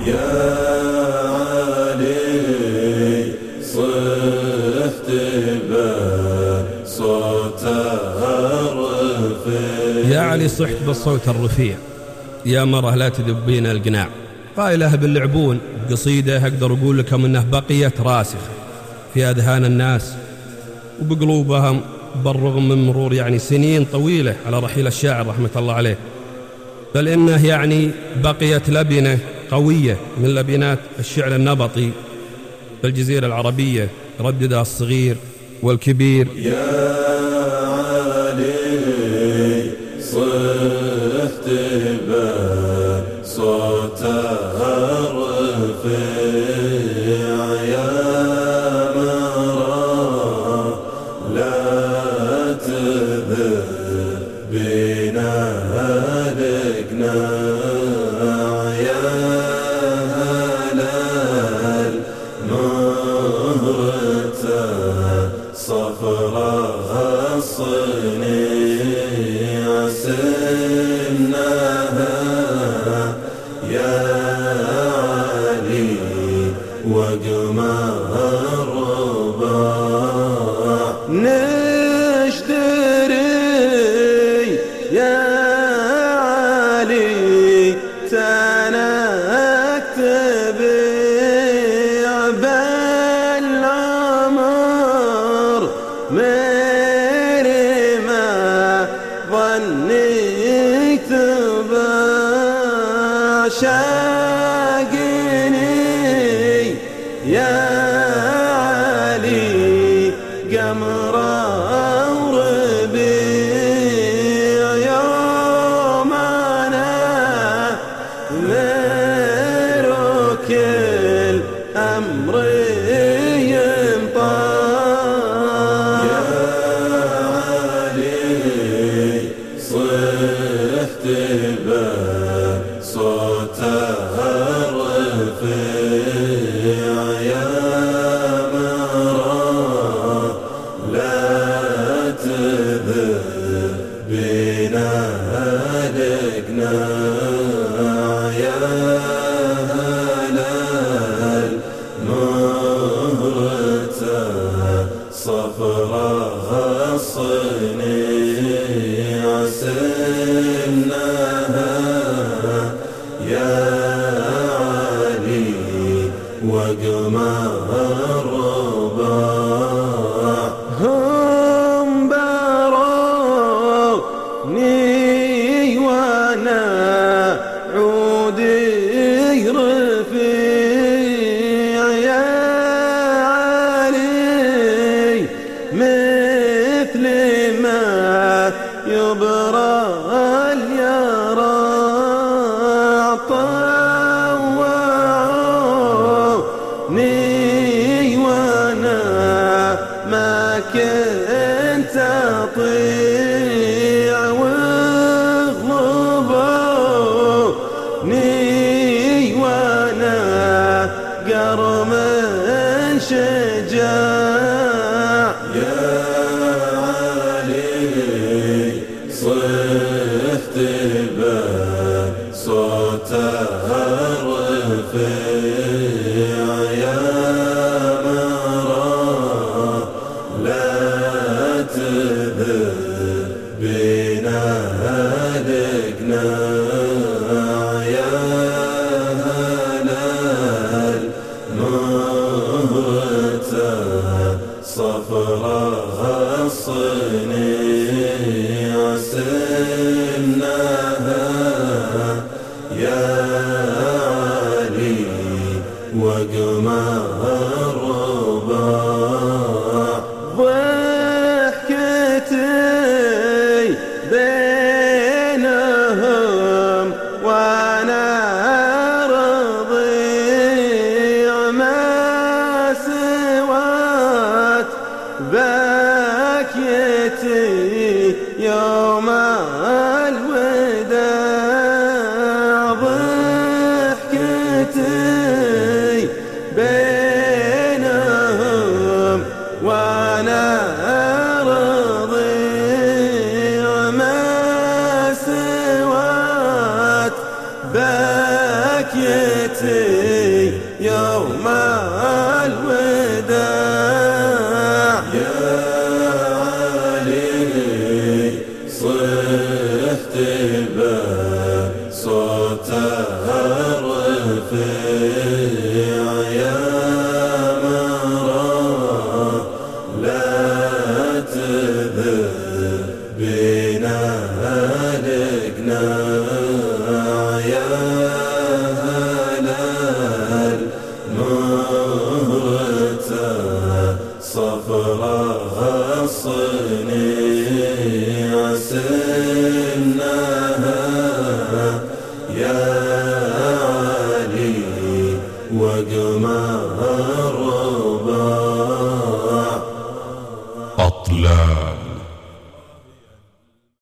يا علي صحت بالصوت الرفيع، يا علي صحت بالصوت الرفيع، يا مرة لا تذبين القناع. قائلها باللعبون قصيدة أقدر أقول لكم أنها بقيت راسخة في أذهان الناس وبقلوبهم بالرغم من مرور سنين طويلة على رحيل الشاعر رحمة الله عليه، بل إنه بقيت لبنة قوية من لبنات الشعر النبطي بالجزيرة العربية رددها الصغير والكبير. يا علي صحت بالصوت الرفيع، يا مرى لا تذهب بنا القناع، يا هلال مهرة صفراء الصنيع، سنها يا علي وقمر الرباع، نشتري يا علي تنكتب بالعمر ميري ما ظني تباع، شاقني يا علي قمر وربيع، يوم أنا مروك الأمر ينطاع، يا علي صحت بصوت الرفيع، يا مرى لا تذهب بنا القناع، يا هلال مهرة صفراء الصنيع، سنها يا علي وقمر الرباع، هم بروني وانا عودي رفيع، يا علي مثل ما يبرى اليراع، طوعوني وانا ما كنت أطيع، واغلبوني وانا قرم شجاع، يا علي صحت بصوت الرفيع، يا مرى لا تذهب بنا القناع، يا هلال مهرة صفراء الصنيع، سنها يا علي وقمر الرباع، ضحكتي بينهم وانا رضيع، ما سوات بكيتي يوم الوداع، ضحكتي بينهم يوم الوداع. يا علي صحت بصوته الرفيع، يا مرى لا تذهب بنا الإقناع، يا هلال مهرته صفرا الصيف.